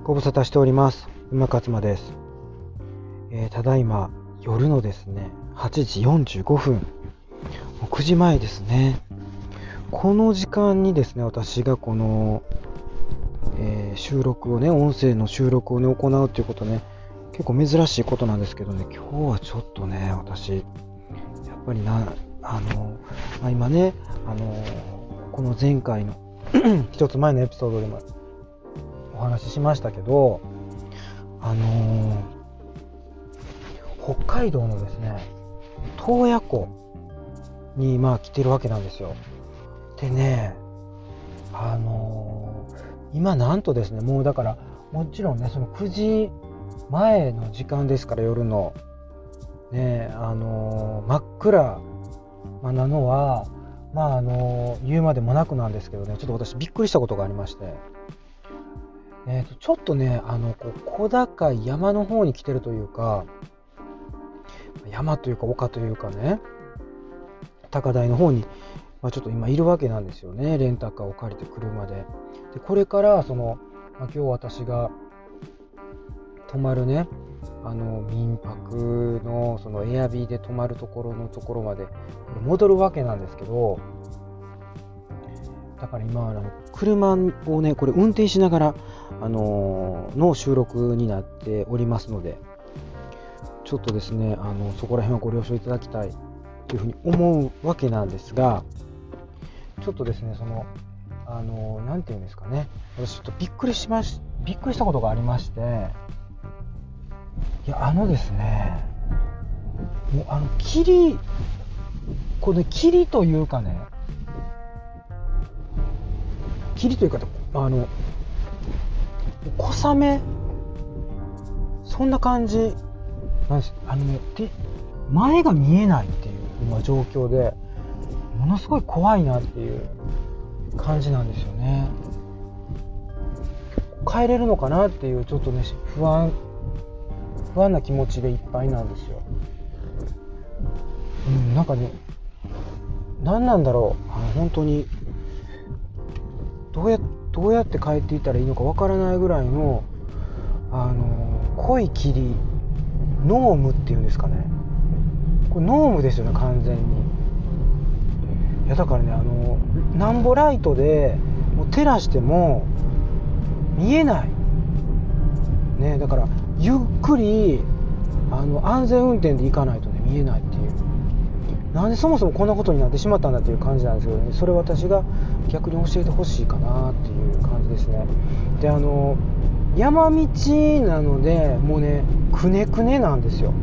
ご無沙汰しております。馬勝間です。ただいま夜のですね8時45分、9時前ですね。この時間にですね、私がこの、収録をね、音声の収録をね行うということね、結構珍しいことなんですけどね、今日はちょっとね、私やっぱり今ね、この前回の一つ前のエピソードでもお話ししましたけど、北海道のですね洞爺湖に来てるわけなんですよ。でね、今なんとですね、もうだからもちろんね、その9時前の時間ですから、夜のね、真っ暗なのは言うまでもなくなんですけどね、ちょっと私びっくりしたことがありまして、ちょっとね、小高い山の方に来てるというか、山というか丘というかね、高台の方に、ちょっと今いるわけなんですよね。レンタカーを借りて車で。でこれから今日私が泊まるね、民泊のそのエアビーで泊まるところまで戻るわけなんですけど、だから今車をね、これ運転しながらの収録になっておりますので、ちょっとですね、そこら辺はご了承いただきたいというふうに思うわけなんですが、ちょっとですね、なんていうんですかね、私ちょっとびっくりしたことがありまして、いやですね、もう霧というかね、小雨、そんな感じなんです。で前が見えないっていう今状況で、ものすごい怖いなっていう感じなんですよね。帰れるのかなっていう、ちょっとね、不安な気持ちでいっぱいなんですよ。なんかね、何なんだろう、本当にどうやって帰っていったらいいのかわからないぐらいの濃い霧、濃霧っていうんですかね。これ濃霧ですよね、完全に。いやだからね、なんぼライトでもう照らしても見えないね。だからゆっくり安全運転で行かないとね、見えないっていう、なんでそもそもこんなことになってしまったんだっていう感じなんですけどね、それ私が逆に教えてほしいかなっていう感じですね。で山道なので、もうねくねくねなんですよ。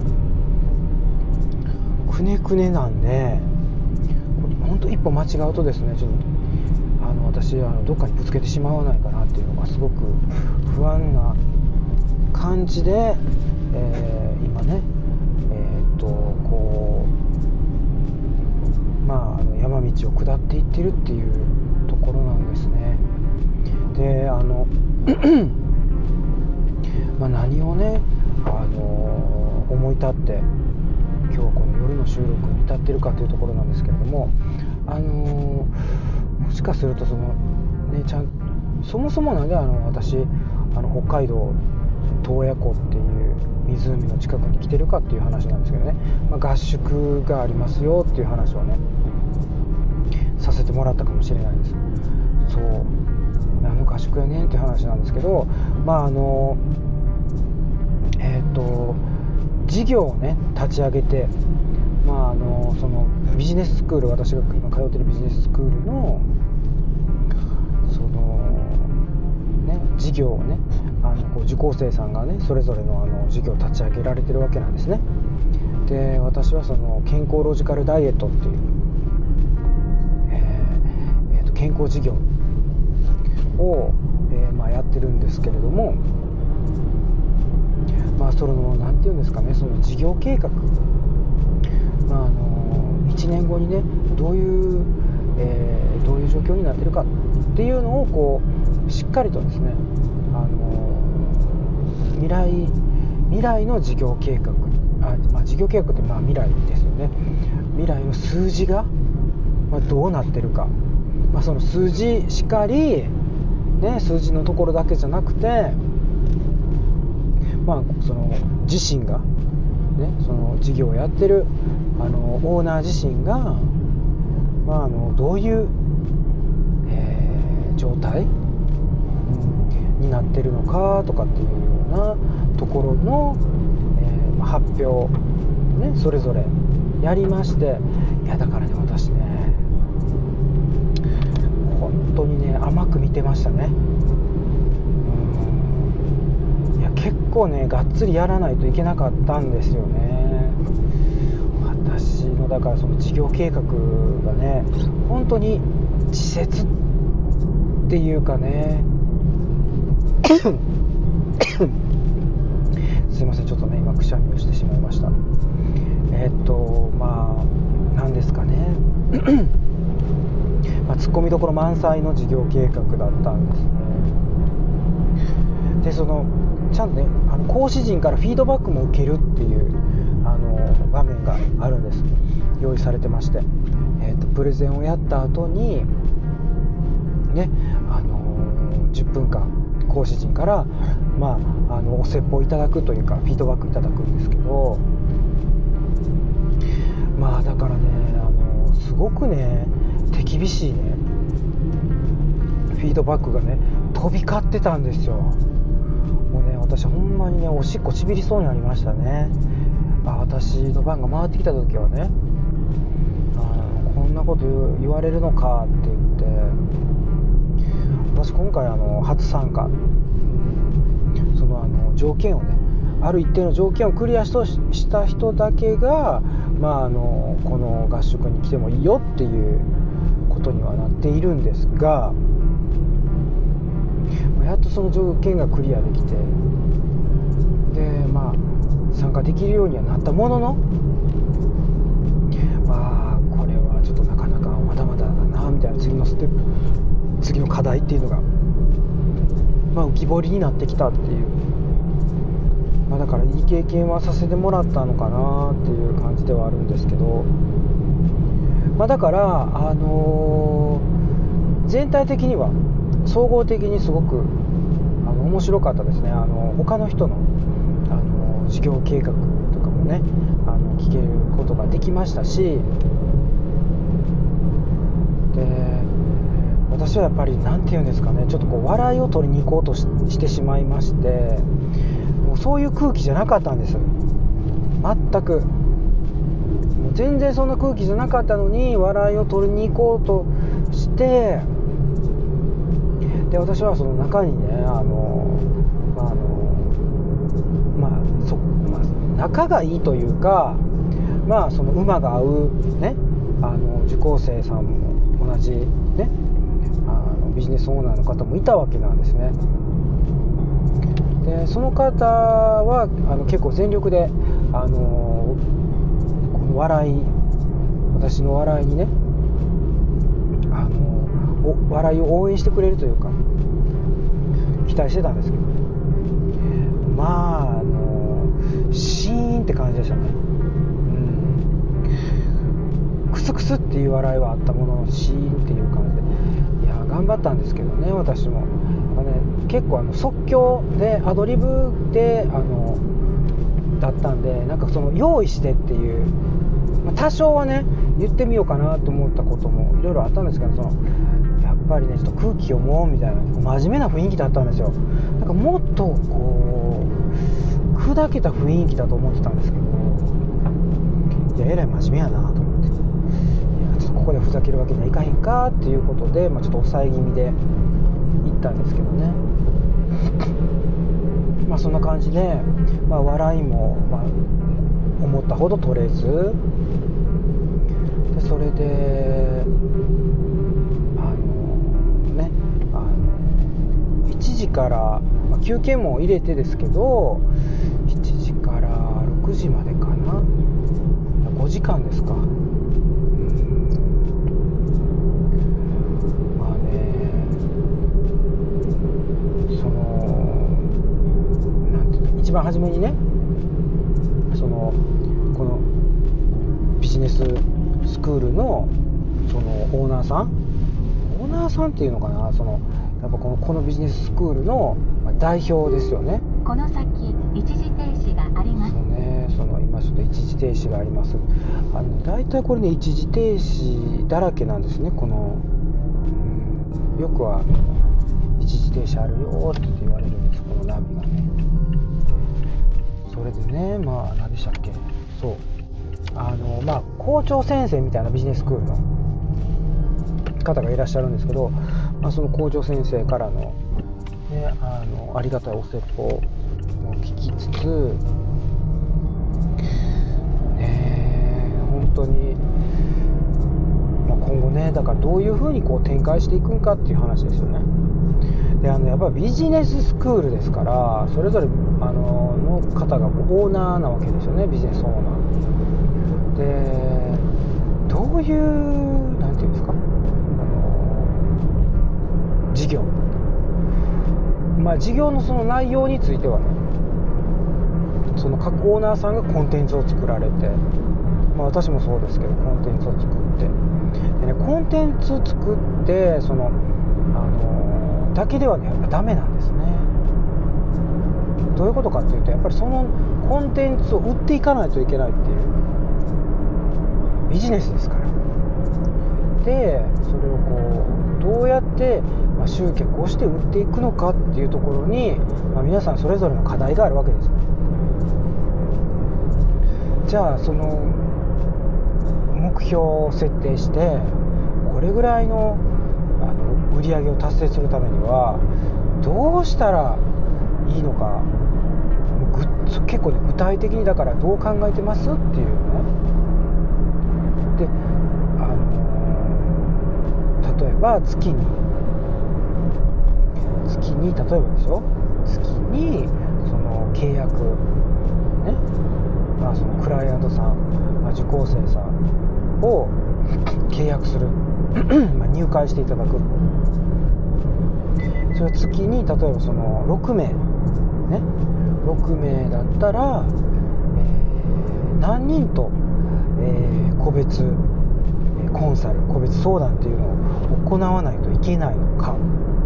くねくねなんで、本当一歩間違うとですね、ちょっと私どっかにぶつけてしまわないかなっていうのがすごく不安な感じで、今ね山道を下っていってるっていうところなんですね。で何をね思い立って今日この夜の収録に至ってるかというところなんですけれども、もしかするとそもそもなんで私北海道洞爺湖っていう湖の近くに来てるかっていう話なんですけどね、合宿がありますよっていう話をねさせてもらったかもしれないです。そう合宿やねんっていう話なんですけど、事業をね立ち上げて、そのビジネススクール、私が今通ってるビジネススクールの事業をね受講生さんがねそれぞれの事業を立ち上げられてるわけなんですね。で私はその健康ロジカルダイエットっていう、健康事業を、やってるんですけれども、そのなんていうんですかね、その事業計画、1年後にねどういう状況になってるかっていうのをしっかりとですね、未来の事業計画、事業計画って未来ですよね。未来の数字が、どうなってるか、その数字しかり、ね、数字のところだけじゃなくて、 その自身が、ね、その事業をやってるオーナー自身が、どういう、状態、になってるのかとかっていうようなところの、発表、ね、それぞれやりまして、いやだからね、私ね本当にね甘く見てましたね。いや結構ねがっつりやらないといけなかったんですよね。私のだからその事業計画がね本当に稚拙っていうかねすいません、ちょっとね今くしゃみをしてしまいました。なんですかねツッコミどころ満載の事業計画だったんですね。でそのちゃんとね講師陣からフィードバックも受けるっていう場面があるんです。用意されてまして、プレゼンをやった後にね、10分間講師陣からお説法いただくというかフィードバックいただくんですけど、だからねすごくね手厳しいねフィードバックがね飛び交ってたんですよ。もうね私ほんまにねおしっこちびりそうになりましたね。私の番が回ってきた時はねこんなこと言われるのかって言って、私今回初参加、その条件をねある一定の条件をクリアした人だけが、この合宿に来てもいいよっていうことにはなっているんですが、やっとその条件がクリアできて、で参加できるようにはなったものの、これはちょっとなかなかまだまだだなみたいな、次のステップ、次の課題っていうのが浮き彫りになってきたっていう、だからいい経験はさせてもらったのかなっていう感じではあるんですけど、だから全体的には総合的にすごく面白かったですね。他の人の事業計画とかもね聞けることができましたし、で私はやっぱりなんていうんですかね、ちょっと笑いを取りに行こうとしてしまいまして、もうそういう空気じゃなかったんです。全くもう全然そんな空気じゃなかったのに笑いを取りに行こうとして、で私はその中にね仲がいいというか、その馬が合うね受講生さんも同じねビジネスオーナーの方もいたわけなんですね。でその方は結構全力でこの私の笑いにね笑いを応援してくれるというか期待してたんですけど、シーンって感じでしたね。クスクスっていう笑いはあったものの、シーンっていう感じで、いや頑張ったんですけどね、私も結構即興でアドリブでだったんで、その用意してっていう、多少はね言ってみようかなと思ったこともいろいろあったんですけど、やっぱりねちょっと空気読もうみたいな真面目な雰囲気だったんですよ。もっと砕けた雰囲気だと思ってたんですけど、いやえらい真面目やなと思って、ちょっとここでふざけるわけにはいかへんかっていうことで、ちょっと抑え気味で行ったんですけどね。そんな感じで、笑いも、思ったほど取れずで、それで1時から休憩も入れてですけど7時から6時までかな、5時間ですか。一番初めにねこのビジネススクールのそのオーナーさんっていうのかな、やっぱこのビジネススクールの代表ですよね。 この先一時停止があります。 そうね、今ちょっと一時停止があります。だいたいこれね一時停止だらけなんですね。この、よくは一時停止あるよって言われるんです、このナビがね。それでね、何でしたっけ、そう校長先生みたいなビジネススクールの方がいらっしゃるんですけど、その校長先生からの、ね、ありがたいお説法を聞きつつ、本当に、今後ね、だからどういうふうに展開していくんかっていう話ですよね。でやっぱりビジネススクールですから、それぞれの方がオーナーなわけですよね、ビジネスオーナーで。どういうなんていうんですか、事業、事業のその内容についてはね、その各オーナーさんがコンテンツを作られて、私もそうですけどコンテンツを作ってで、ね、コンテンツ作ってだけではねやっぱダメなんですね。どういうことかっていうと、やっぱりそのコンテンツを売っていかないといけないっていうビジネスですから。でそれをどうやって集客をして売っていくのかっていうところに、皆さんそれぞれの課題があるわけですよ。じゃあその目標を設定して、これぐらいの売り上げを達成するためにはどうしたらいいのか、結構ね具体的に、だからどう考えてますっていうね。で例えば月に例えばですよ、月にその契約ね、そのクライアントさん、受講生さんを契約する入会していただく。それは月に例えばその6名ね、6名だったら、何人と、個別コンサル、個別相談っていうのを行わないといけないのか。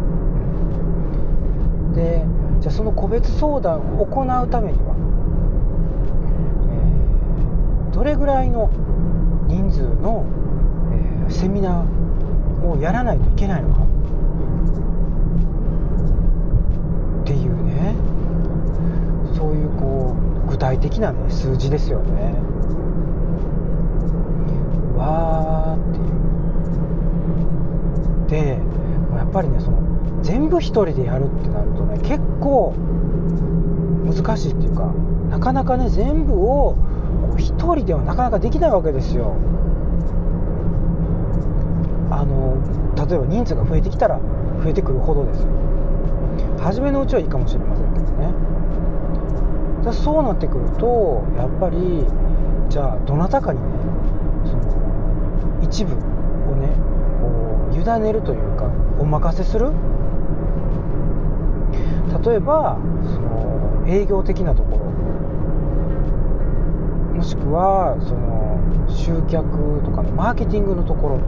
でじゃあその個別相談を行うためには、どれぐらいの人数の、セミナーをやらないといけないのかっていうね、そういう具体的な、ね、数字ですよね。わーっていう。でやっぱりね、その全部一人でやるってなるとね、結構難しいっていうか、なかなかね全部を一人ではなかなかできないわけですよ。例えば人数が増えてきたら増えてくるほどですよ。初めのうちはいいかもしれませんけどね。そうなってくると、やっぱりじゃあどなたかにね、その一部をね委ねるというか、お任せする。例えばその営業的なところ、もしくはその集客とかのマーケティングのところ、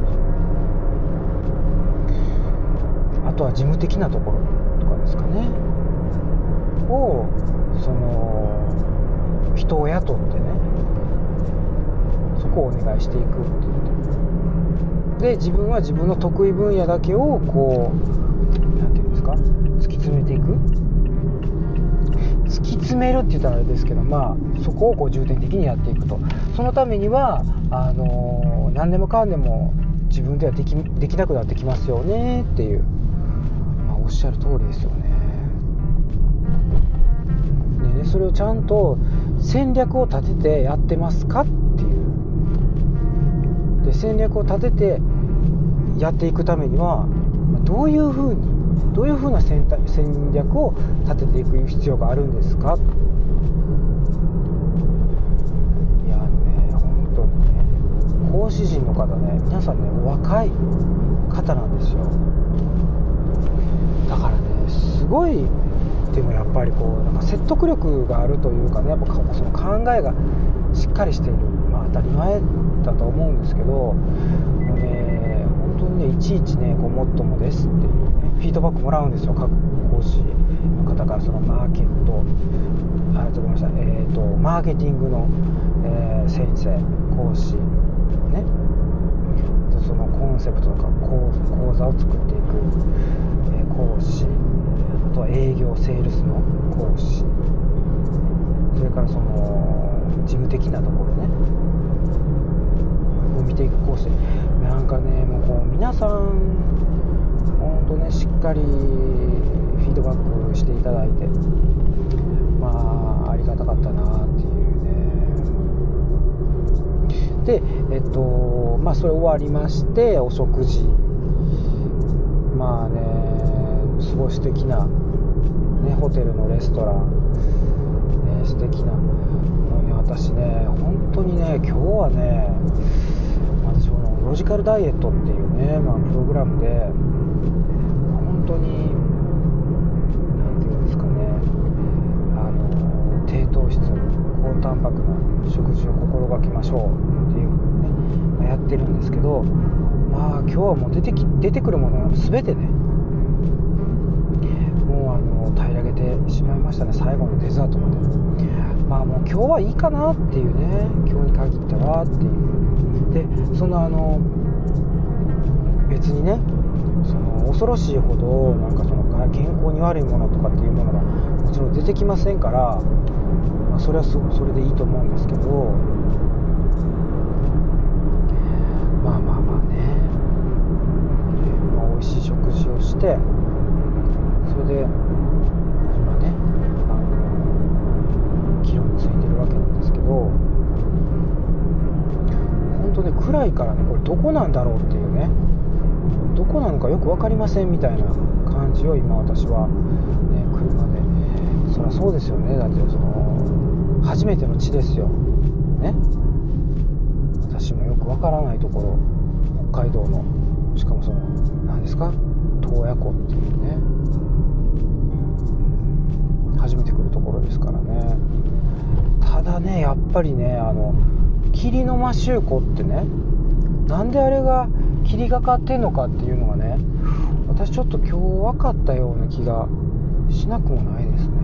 あとは事務的なところとかですかねを、その人を雇ってね、そこをお願いしていくって言って、で自分は自分の得意分野だけをなんていうんですか、突き詰めていく。突き詰めるって言ったらあれですけど、そこを重点的にやっていくと。そのためには何でもかんでも自分ではできなくなってきますよねっていう、おっしゃる通りですよね。でね、それをちゃんと戦略を立ててやってますかっていう。で戦略を立ててやっていくためにはどういうふうな戦略を立てていく必要があるんですか。いや本当にね、講師陣の方ね、皆さんねお若い方なんですよ。だからね、すごい。でもやっぱりなんか説得力があるというかね、やっぱその考えがしっかりしている、当たり前だと思うんですけど、もうね、本当にね、いちいちねごもっともですっていうねフィードバックもらうんですよ、各講師の方からそのマーケットマーケティングの、先生講師ね、そのコンセプトとか講座を作っていく、講師、あとは営業セールスの講師、それからその事務的なところねを見ていく講師、なんかねもうこう皆さん本当ねしっかりフィードバックしていただいて、まあありがたかったなっていうね。でまあそれ終わりまして、お食事、まあねすごい素敵な、ね、ホテルのレストラン、素敵なもうね、私ね本当にね今日はね私のロジカルダイエットっていうね、まあ、プログラムで本当になんていうんですかね、低糖質高タンパクな食事を心がけましょうっていう風にねやってるんですけど、まあ今日はもう出てくるものは全てねもう平らげてしまいましたね、最後のデザートまで。まあもう今日はいいかなっていうね、今日に限ってはっていう。でその別にねその恐ろしいほどなんかその健康に悪いものとかっていうものがもちろん出てきませんから、まあ、それはそれでいいと思うんですけど、まあね、まあ、美味しい食事をしてそれで今ね議論についてるわけなんですけど、本当ね暗いからねこれどこなんだろうっていうね、どこなのかよく分かりませんみたいな感じを今私は、ね、車で、そりゃそうですよね、だってその初めての地ですよね、私もよく分からないところ、北海道のしかもその何ですか洞爺湖っていうね初めて来るところですからね。ただねやっぱりね霧の摩周湖ってね、なんであれが霧がかってんのかっていうのがね、私ちょっと今日分かったような気がしなくもないですね。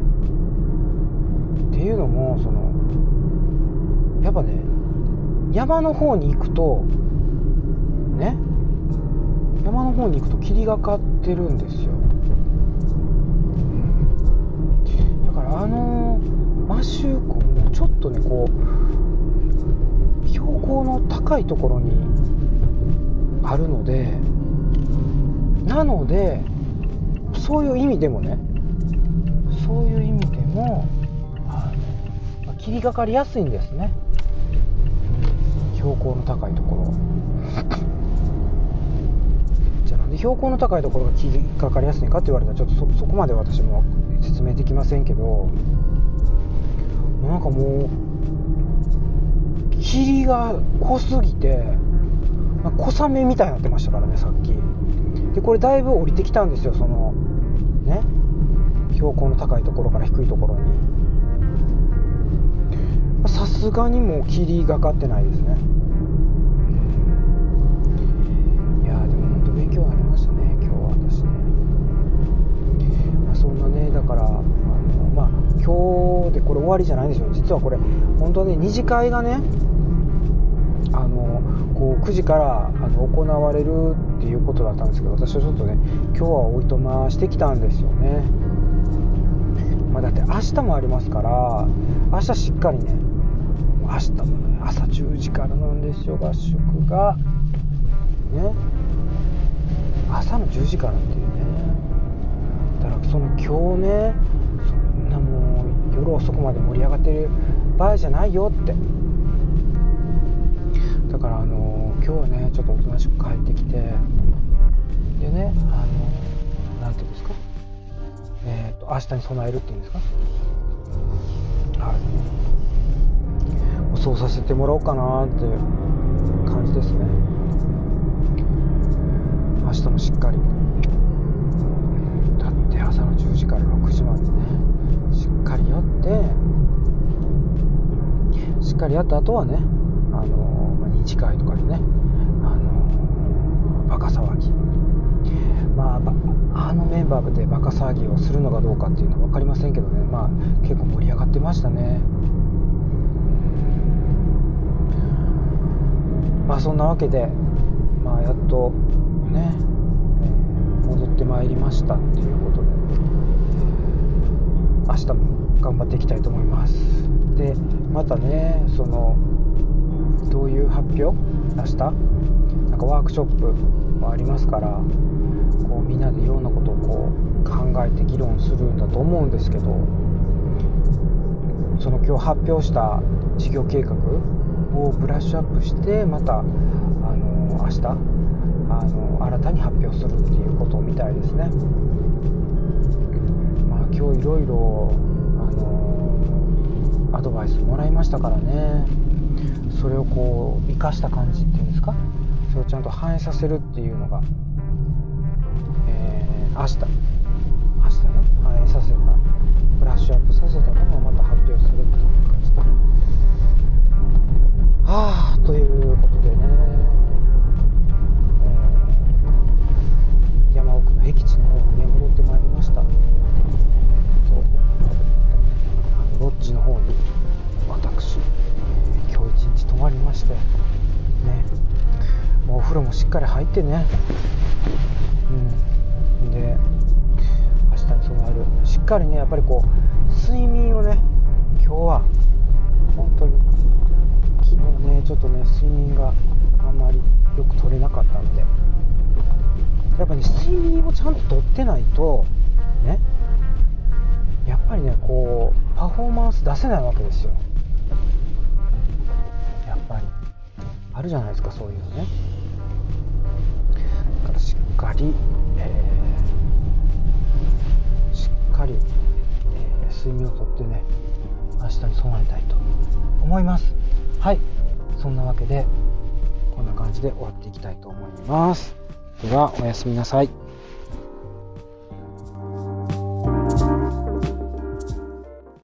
っていうのもそのやっぱね山の方に行くとね、山の方に行くと霧がかってるんですよ。だから摩周湖もちょっとねこう標高の高いところにあるので、なのでそういう意味でも霧がかりやすいんですね、標高の高いところ。じゃあなんで標高の高いところが霧がかりやすいかって言われたらちょっとそこまで私も説明できませんけど、なんかもう霧が濃すぎて小雨みたいになってましたからね、さっき。でこれだいぶ降りてきたんですよ、そのね標高の高いところから低いところに。さすがにもう霧がかってないですね。いやでも本当勉強になりましたね今日は私ね。そんなねだから今日でこれ終わりじゃないんですよ。実はこれ本当はね二次会がねこう9時から行われるっていうことだったんですけど、私はちょっとね今日はおいとましてきたんですよね。だって明日もありますから、明日しっかりね、明日もね朝10時からなんですよ、合宿がね、朝の10時からっていうね。だからその今日ねそんなもう夜遅くまで盛り上がってる場合じゃないよって。だから今日はねちょっとおとなしく帰ってきて、でねなんていうんですか、明日に備えるっていうんですか、そうさせてもらおうかなっていう感じですね。明日もしっかりだって朝の10時から6時までねしっかりやってしっかりやった後はね二次会とかでねバカ騒ぎ、メンバーでバカ騒ぎをするのかどうかっていうのは分かりませんけどね、まあ結構盛り上がってましたね。まあそんなわけで、まあやっとね、戻ってまいりましたっていうことで、明日も頑張っていきたいと思います。でまたね、そのどういう発表、明日なんかワークショップもありますから、こうみんなでいろんなことをこう考えて議論するんだと思うんですけど、その今日発表した事業計画をブラッシュアップして、また明日新たに発表するっていうことみたいですね。まあ今日いろいろアドバイスもらいましたからね、それをこう生かした感じっていうんですか、それをちゃんと反映させるっていうのが、明日ね反映させた、ブラッシュアップさせたものをまた発表するっていう感じで、ということでね、山奥の僻地の方にね戻ってまいりました。ロッジの方に私、今日一日泊まりましてね、もうお風呂もしっかり入ってね、で明日に備える、しっかりね、やっぱりこう睡眠をね、今日は本当に昨日ねちょっとね睡眠があんまりよく取れなかったんで、やっぱり、ね、睡眠をちゃんと取ってないとね、やっぱりねこうパフォーマンス出せないわけですよ。やっぱりあるじゃないですか、そういうのね。だからしっかり、睡眠をとってね、明日に備えたいと思います。はい、そんなわけでこんな感じで終わっていきたいと思います。ではおやすみなさい。